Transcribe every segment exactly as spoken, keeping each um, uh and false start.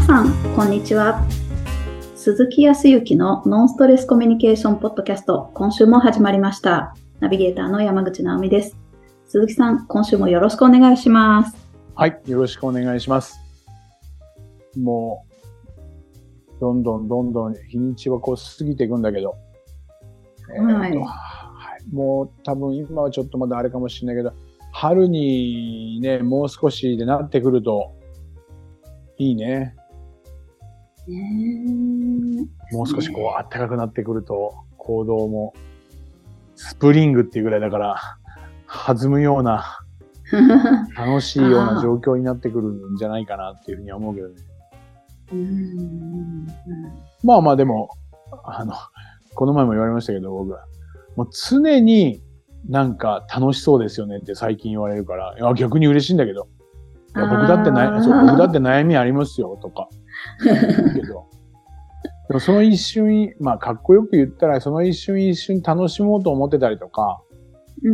さん、こんにちは。鈴木康之のノンストレスコミュニケーションポッドキャスト、今週も始まりました。ナビゲーターの山口直美です。鈴木さん、今週もよろしくお願いします。 はい、よろしくお願いします。もう、どんどんどんどん日にちはこう過ぎていくんだけど、 はい。 えーとはい、もう多分今はちょっとまだあれかもしれないけど、春にね、もう少しでなってくるといいね。 えー、 もう少しこう暖かくなってくると行動もスプリングっていうぐらいだから弾むような楽しいような状況になってくるんじゃないかなっていうふうには思うけどね。 うーんまあまあでも、あの、この前も言われましたけど、僕は。もう常になんか楽しそうですよねって最近言われるから、いや逆に嬉しいんだけど、いや僕だってなそう僕だって悩みありますよとか言うけど、でもその一瞬、まあかっこよく言ったらその一瞬一瞬楽しもうと思ってたりとか、 うん、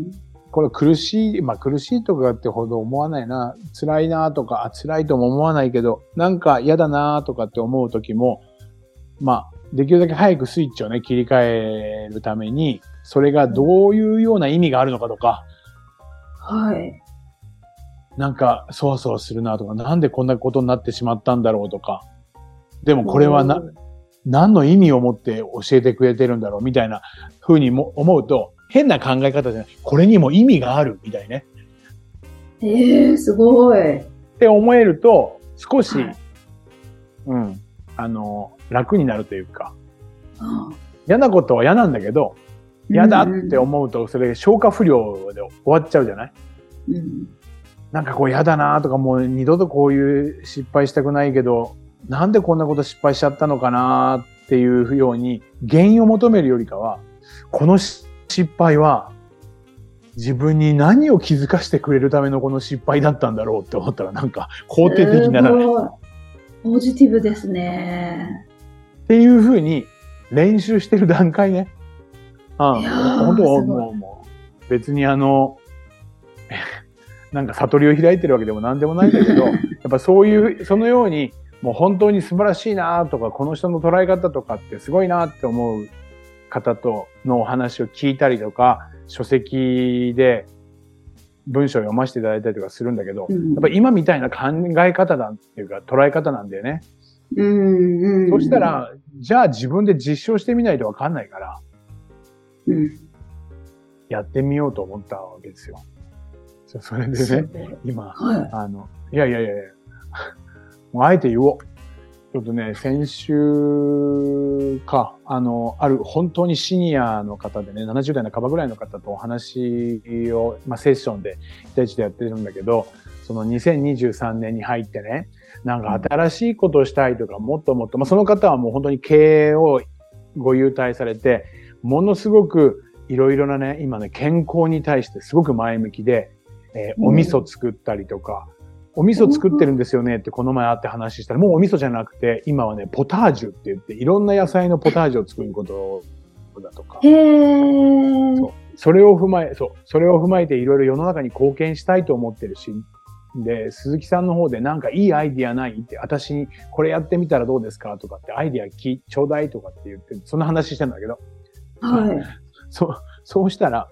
これ苦しい、まあ苦しいとかってほど思わないな、辛いなとか、あ辛いとも思わないけど、なんか嫌だなとかって思う時も、まあできるだけ早くスイッチをね切り替えるために、それがどういうような意味があるのかとか、 はい。 なんかそわそわするなとか、なんでこんなことになってしまったんだろうとか、でもこれはな、何の意味を持って教えてくれてるんだろうみたいな風にも思うと、変な考え方じゃない、これにも意味があるみたいね。 えー、すごい。 って思えると、少し、 はい、 うん、あの、楽になるというか、 ああ嫌なことは嫌なんだけど、嫌だって思うと、それ消化不良で終わっちゃうじゃない、 うん、 なんかこう嫌だなとか、もう二度とこういう失敗したくないけど、なんでこんなこと失敗しちゃったのかなっていうように、原因を求めるよりかは、この失敗は、自分に何を気づかせてくれるためのこの失敗だったんだろうって思ったら、なんか肯定的にならない。 ポジティブですね。 っていうふうに練習してる段階ね。ああ、本当はもう、もう別にあの、なんか悟りを開いてるわけでも何でもないんだけど、やっぱそういう、そのように、もう本当に素晴らしいなとか、この人の捉え方とかってすごいなって思う方とのお話を聞いたりとか、書籍で文章を読ませていただいたりとかするんだけど、うん、やっぱ今みたいな考え方だっていうか捉え方なんだよね。 うんうん、 そしたら、じゃあ自分で実証してみないとわかんないから、うん、やってみようと思ったわけですよ。それでね、今、はい、あの、いやいやいやいや、もうあえて言おう。ちょっとね、先週か、あの、ある本当にシニアの方でね、ななじゅう代の半ばぐらいの方とお話を、まあ、セッションでいち対いちでやってるんだけど、そのにせんにじゅうさんねんに入ってね、なんか新しいことをしたいとか、もっともっと、まあ、その方はもう本当に経営をご優待されて、ものすごくいろいろなね、今ね、健康に対してすごく前向きで、えー、お味噌作ったりとか、お味噌作ってるんですよねってこの前会って話したら、もうお味噌じゃなくて、今はね、ポタージュって言って、いろんな野菜のポタージュを作ることだとか。 へー。 そう。それを踏まえ、そう。それを踏まえていろいろ世の中に貢献したいと思ってるし、で、鈴木さんの方でなんかいいアイディアないって、私にこれやってみたらどうですかとかってアイディアきちょうだいとかって言って、そんな話してんだけど。 はい。 そう、そうしたら、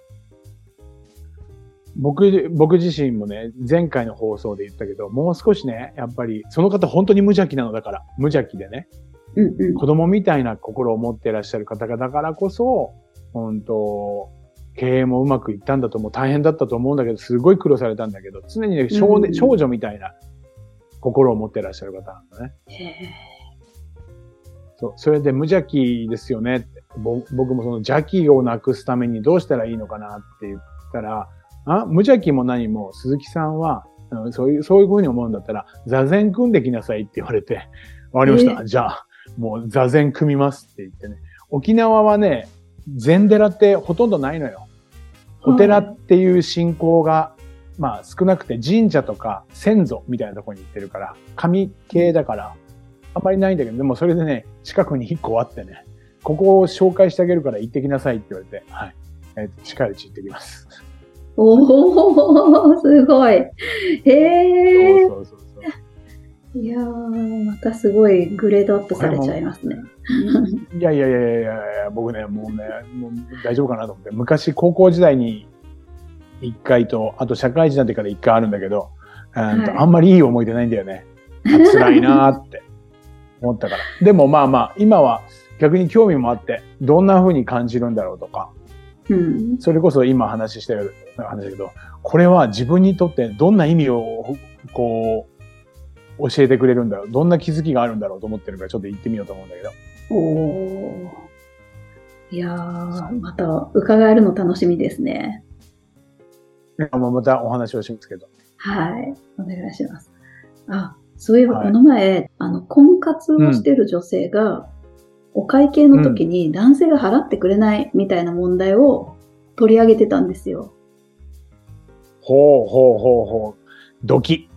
僕、僕自身もね、前回の放送で言ったけど、もう少しね、やっぱり、その方本当に無邪気なのだから、無邪気でね、 うんうん、 子供みたいな心を持っていらっしゃる方だからこそ、本当、経営もうまくいったんだと思う。大変だったと思うんだけど、すごい苦労されたんだけど、常にね、少年、うんうん、少女みたいな心を持っていらっしゃる方なんだね。 へそう、それで無邪気ですよねって。僕もその邪気をなくすためにどうしたらいいのかなって言ったら、あ、無邪気も何も鈴木さんは、そういう、そういうふうに思うんだったら、座禅組んできなさいって言われて、わかりました。じゃあ、もう座禅組みますって言ってね。沖縄はね、禅寺ってほとんどないのよ。お寺っていう信仰が、まあ少なくて神社とか先祖みたいなところに行ってるから、神系だから、あんまりないんだけど、でもそれでね、近くに一個あってね、ここを紹介してあげるから行ってきなさいって言われて、はい。えー、近いうち行ってきます。 おー、すごい。へー。 そうそうそうそう。 いやー、またすごいグレードアップされちゃいますね。 いやいやいやいやいや、僕ね、もうね、もう大丈夫かなと思って、昔高校時代に一回と、あと社会人になってから一回あるんだけど、はい、あんまりいい思い出ないんだよね。辛いなーって思ったから。でもまあまあ、今は逆に興味もあって、どんな風に感じるんだろうとか、うん、それこそ今話したような話だけど、これは自分にとってどんな意味をこう、教えてくれるんだろう、どんな気づきがあるんだろうと思ってるからちょっと行ってみようと思うんだけど。 おー。いやー、また伺えるの楽しみですね。 またお話をしますけど。 はい。お願いします。あ、そういえばこの前、はい、あの、婚活をしてる女性が、うん、お会計の時に男性が払ってくれないみたいな問題を取り上げてたんですよ。 ほうほうほうほう。ドキ。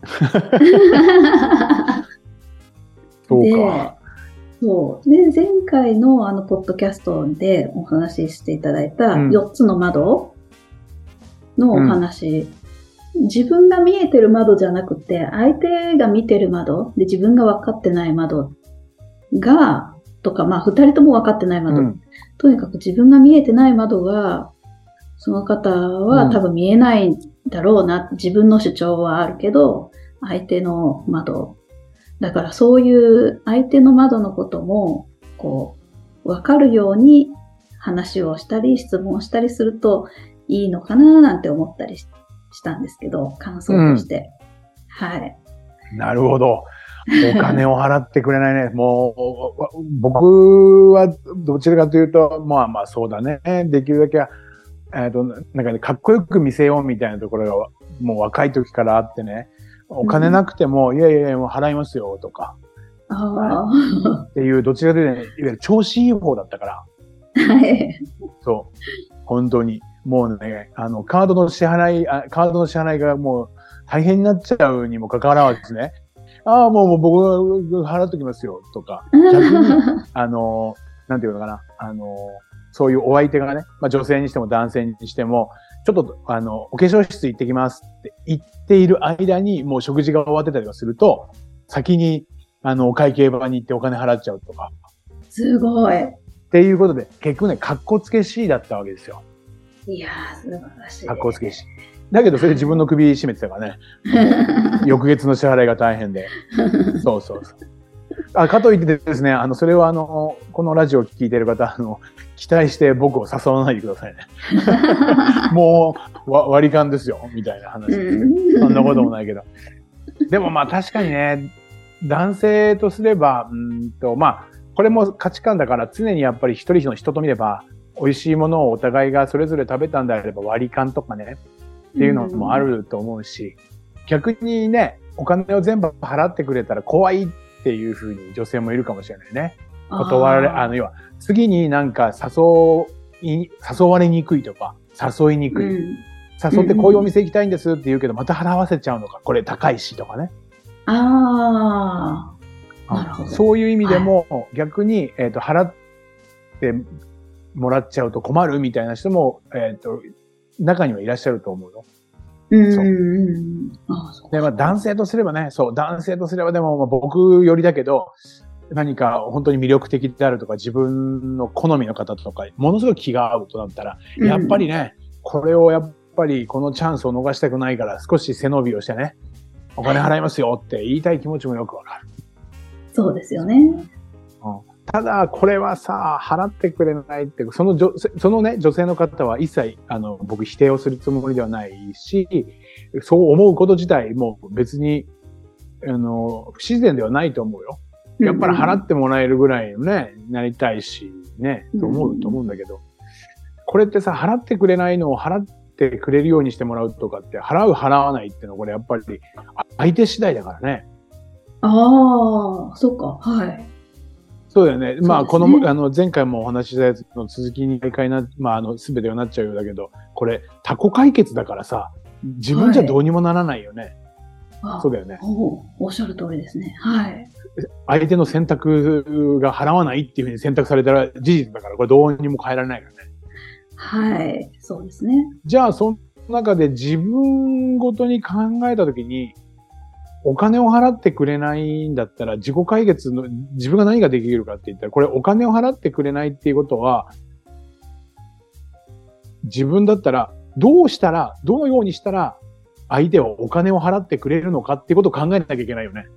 そうか。 そう。で、前回のあの、ポッドキャストでお話ししていただいたよっつの窓のお話、うん、自分が見えてる窓じゃなくて、相手が見てる窓で自分が分かってない窓が、とか、まあ、二人とも分かってない窓、うん。とにかく自分が見えてない窓が、その方は多分見えないんだろうな、うん、自分の主張はあるけど、相手の窓。だからそういう相手の窓のことも、こう、わかるように話をしたり、質問したりするといいのかななんて思ったりしたんですけど、感想として。うん、はい。 なるほど。お金を払ってくれないね。もう、僕はどちらかというと、まあまあそうだね。できるだけは、えっと、なんかね、かっこよく見せようみたいなところが、もう若い時からあってね、お金なくても、うん、いやいやいや、もう払いますよ、とか。 ああ。っていう、どちらかというとね、いわゆる調子いい方だったから。 はい。 そう。本当に。もうね、あの、カードの支払い、あカードの支払いがもう大変になっちゃうにもかかわらずね、ああ、もう、もう僕が払っときますよ、とか。逆に、あの、なんていうのかな、あの、そういうお相手がね、まあ女性にしても男性にしても、ちょっと、あの、お化粧室行ってきますって言っている間に、もう食事が終わってたりはすると、先に、あの、お会計場に行ってお金払っちゃうとか。 すごい。 っていうことで、結局ね、格好つけしだったわけですよ。 いやー、素晴らしい。 格好つけし。だけど、それで自分の首絞めてたからね。翌月の支払いが大変で。そうそうそう。あ、かといってですね、あの、それはあの、このラジオを聞いている方、あの、期待して僕を誘わないでくださいね。もう、わ割り勘ですよ、みたいな話ですけど。そんなこともないけど。でもまあ確かにね、男性とすれば、うんと、まあ、これも価値観だから常にやっぱり一人の人と見れば、美味しいものをお互いがそれぞれ食べたんであれば割り勘とかね、っていうのもあると思うし、逆にね、お金を全部払ってくれたら怖いっていう風に女性もいるかもしれないね。断られ、あの、要は、次になんか誘い、誘われにくいとか、誘いにくい。うん、誘ってこういうお店行きたいんですって言うけど、また払わせちゃうのか、これ高いしとかね。 ああ。なるほど。 そういう意味でも、はい、逆に、えっと、払ってもらっちゃうと困るみたいな人も、えっと、中にはいらっしゃると思うよ。 うん。 そう。 ああ、そうで、まあ男性とすればね、そう、男性とすればでも、まあ、僕よりだけど、何か本当に魅力的であるとか、自分の好みの方とか、ものすごい気が合うとなったら、やっぱりね、うん、これをやっぱりこのチャンスを逃したくないから、少し背伸びをしてね、お金払いますよって言いたい気持ちもよくわかる。 そうですよね。 うん、ただ、これはさ、払ってくれないって、その女、そのね、女性の方は一切、あの、僕否定をするつもりではないし、そう思うこと自体も別に、あの、不自然ではないと思うよ。やっぱり払ってもらえるぐらいのね、なりたいし、ね、と思うと思うんだけど、これってさ、払ってくれないのを払ってくれるようにしてもらうとかって、払う払わないっていうのはこれやっぱり相手次第だからね。 ああ、そっか、はい。 そうだよね。まあ、この、あの、前回もお話ししたやつの続きに回な、まあ、あの、すべてになっちゃうようだけど、これ、他己解決だからさ、自分じゃどうにもならないよね。はい、そうだよね。 お、おっしゃる通りですね。はい。 相手の選択が払わないっていうふうに選択されたら事実だから、これどうにも変えられないからね。 はい。そうですね。 じゃあ、その中で自分ごとに考えたときに、 お金を払ってくれないんだったら自己解決の、自分が何ができるかって言ったら、これお金を払ってくれないっていうことは、自分だったらどうしたら、どのようにしたら相手はお金を払ってくれるのかっていうことを考えなきゃいけないよね。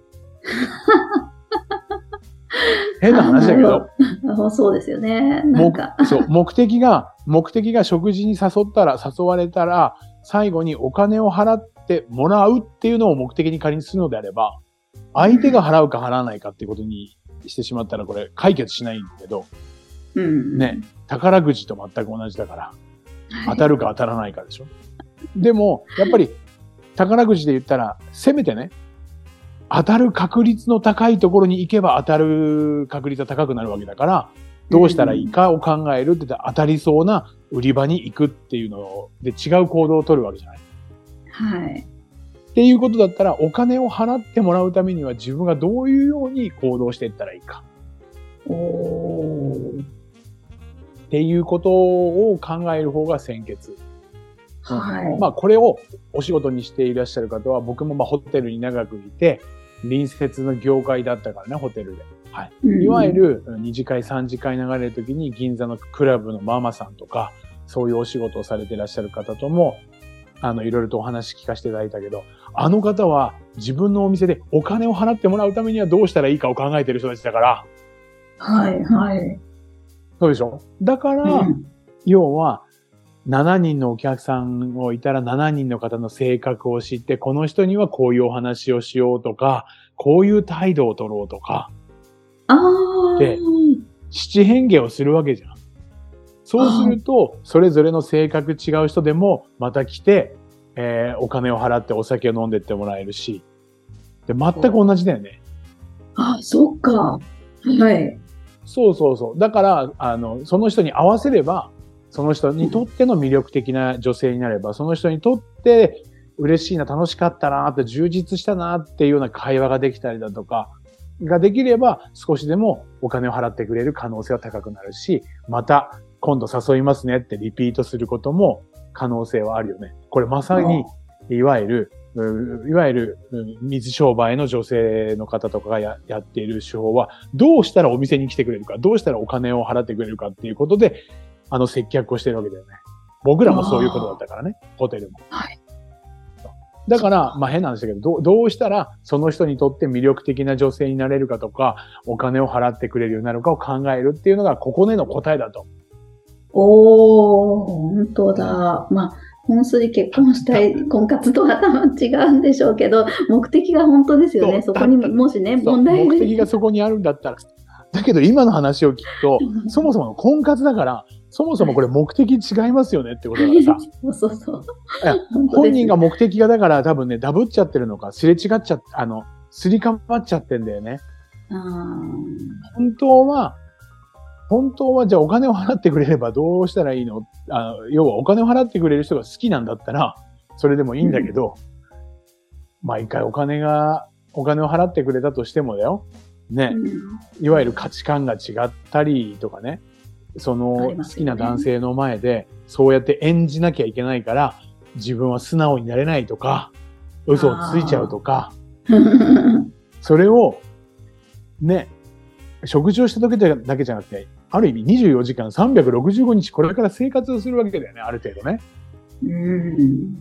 変な話だけど。 そうですよね。なんかそう、目的が、目的が食事に誘ったら、誘われたら、最後にお金を払ってもらうっていうのを目的に仮にするのであれば、相手が払うか払わないかっていうことにしてしまったら、これ解決しないんだけど、 うん、 ね、宝くじと全く同じだから、当たるか当たらないかでしょ。でも、やっぱり宝くじで言ったら、せめてね、当たる確率の高いところに行けば当たる確率は高くなるわけだから、どうしたらいいかを考えるって言ったら当たりそうな売り場に行くっていうので違う行動を取るわけじゃない。 はい。 っていうことだったら、お金を払ってもらうためには自分がどういうように行動していったらいいか。 おー。 っていうことを考える方が先決。 はい。 まあこれをお仕事にしていらっしゃる方は、僕もまあホテルに長くいて、隣接の業界だったからね、ホテルで。はい。うん、いわゆる二次会、三次会流れるときに銀座のクラブのママさんとか、そういうお仕事をされていらっしゃる方とも、あの、いろいろとお話聞かせていただいたけど、あの方は自分のお店でお金を払ってもらうためにはどうしたらいいかを考えている人たちだから。 はい、はい。 そうでしょ？だから、うん、要は、しちにんのお客さんをいたらしちにんの方の性格を知って、この人にはこういうお話をしようとか、こういう態度を取ろうとか。 ああ。 で、七変化をするわけじゃん。そうすると、それぞれの性格違う人でもまた来て、えー、お金を払ってお酒を飲んでってもらえるし。で、全く同じだよね。 あ、そっか。はい。 そうそうそう。だから、あの、その人に合わせれば、その人にとっての魅力的な女性になれば、その人にとって嬉しいな、楽しかったなって、充実したなっていうような会話ができたりだとか、ができれば少しでもお金を払ってくれる可能性は高くなるし、また今度誘いますねってリピートすることも可能性はあるよね。これまさに、いわゆる、いわゆる水商売の女性の方とかが や, やっている手法は、どうしたらお店に来てくれるか、どうしたらお金を払ってくれるかっていうことで、あの接客をしてるわけだよね。僕らもそういうことだったからね、ホテルも。 はい。 だから、まあ変なんですけど、どう、どうしたらその人にとって魅力的な女性になれるかとか、お金を払ってくれるようになるかを考えるっていうのが、ここでの答えだと。 おー、本当だ。まあ、本数に結婚したい婚活とは多分違うんでしょうけど、目的が本当ですよね。そこにもしね、問題目的がそこにあるんだったら。だけど今の話を聞くと、そもそもの婚活だから、そもそもこれ目的違いますよねってことだからさ。 そうそうそう。 いや、本人が目的がだから多分ね、ダブっちゃってるのか、すれ違っちゃ、あの、すりかまっちゃってんだよね。 あ本当は、本当はじゃあお金を払ってくれればどうしたらいいの？あの、要はお金を払ってくれる人が好きなんだったら、それでもいいんだけど、うん、毎回お金が、お金を払ってくれたとしてもだよ。ね、うん、いわゆる価値観が違ったりとかね、その好きな男性の前でそうやって演じなきゃいけないから自分は素直になれないとか、嘘をついちゃうとか、それをね、食事をした時だけじゃなくて、ある意味にじゅうよじかんさんびゃくろくじゅうごにちこれから生活をするわけだよね、ある程度ね。 うん、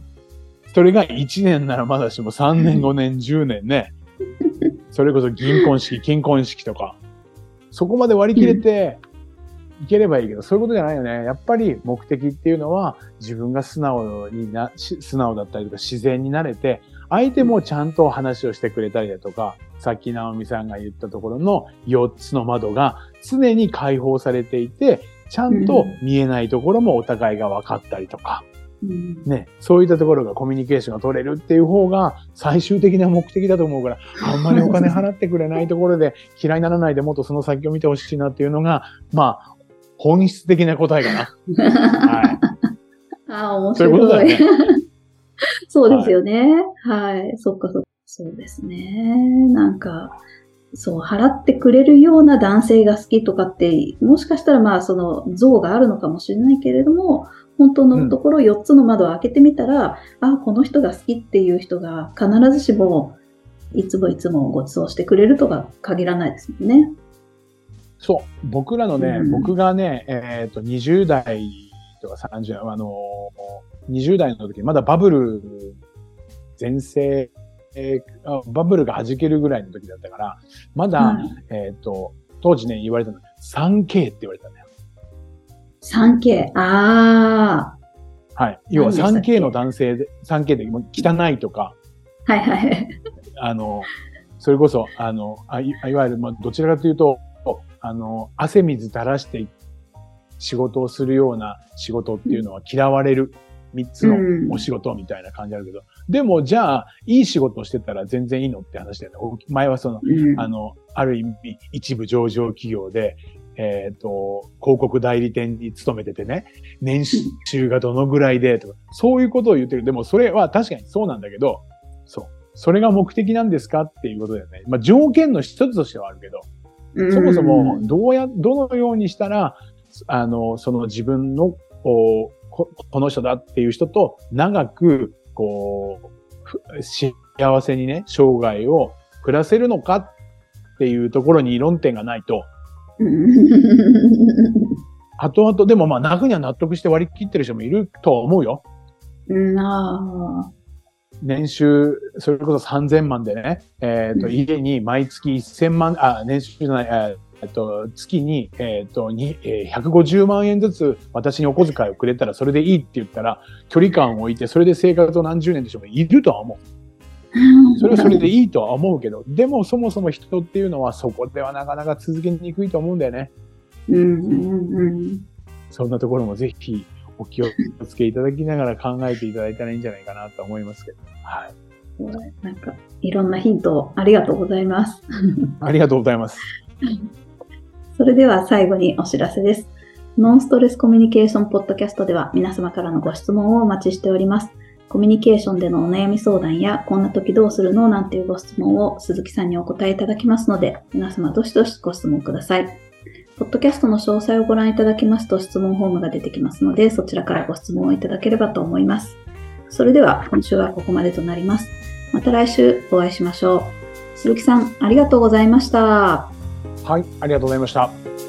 それがいちねんならまだしもさんねんごねんじゅうねんね。それこそ銀婚式、金婚式とか、そこまで割り切れていければいいけど、うん、そういうことじゃないよね。やっぱり目的っていうのは自分が素直にな、素直だったりとか自然になれて、相手もちゃんと話をしてくれたりだとか、さっき直美さんが言ったところのよっつの窓が常に開放されていて、ちゃんと見えないところもお互いが分かったりとか、うん、ね、そういったところがコミュニケーションが取れるっていう方が最終的な目的だと思うから、あんまりお金払ってくれないところで嫌いにならないでもっとその先を見てほしいなっていうのが、まあ、本質的な答えかな。はい。 ああ、面白い。そういうことだよね。そうですよね。はい。はい、そっかそっか。そうですね。なんか、そう、払ってくれるような男性が好きとかって、もしかしたらまあその像があるのかもしれないけれども、本当のところよっつの窓を開けてみたら、うん、あ、この人が好きっていう人が必ずしもいつもいつもご馳走してくれるとか限らないですもんね。 そう。僕らのね、うん、僕がね、えっと、にじゅう代とかさんじゅう、あの、にじゅう代の時、まだバブル全盛、えー、バブルが弾けるぐらいの時だったから、まだ、うん、えっと、当時ね、言われたの スリーケー って言われたんだよ。 スリーケー、ああ。はい。要は スリーケー の男性で、スリーケー で汚いとか、 はいはい。 あの、それこそ、あの、あい, いわゆる、まあ、どちらかというと、あの、汗水垂らして仕事をするような仕事っていうのは嫌われるみっつのお仕事みたいな感じあるけど、うん、でもじゃあ、いい仕事をしてたら全然いいのって話だよね。前はその、うん、あの、ある意味、一部上場企業で、えっと、広告代理店に勤めててね、年収がどのぐらいでとか、そういうことを言ってる。でもそれは確かにそうなんだけど、そう。それが目的なんですかっていうことだよね。まあ条件の一つとしてはあるけど、そもそもどうや、どのようにしたら、あの、その自分の、こう、こ, この人だっていう人と長く、こう、幸せにね、生涯を暮らせるのかっていうところに論点がないと、後々、でもまあ中には納得して割り切ってる人もいるとは思うよ。 な年収、それこそさんぜんまんでね、えっ、ー、と、家に毎月せんまん、あ、年収じゃない、えっ、ー、と、月に、えっ、ー、と、に、えー、ひゃくごじゅうまんえんずつ私にお小遣いをくれたらそれでいいって言ったら、距離感を置いて、それで生活を何十年でしょうか、いるとは思う。それはそれでいいとは思うけど、でもそもそも人っていうのはそこではなかなか続けにくいと思うんだよね。 うんうんうん、 そんなところもぜひお気をつけいただきながら考えていただいたらいいんじゃないかなと思いますけど。はい。 なんかいろんなヒントをありがとうございます。 ありがとうございます。 それでは最後にお知らせです。ノンストレスコミュニケーションポッドキャストでは皆様からのご質問をお待ちしております。コミュニケーションでのお悩み相談や、こんな時どうするのなんていうご質問を鈴木さんにお答えいただきますので、皆様どしどしご質問ください。ポッドキャストの詳細をご覧いただきますと質問フォームが出てきますので、そちらからご質問をいただければと思います。それでは今週はここまでとなります。また来週お会いしましょう。鈴木さん、ありがとうございました。 はい、ありがとうございました。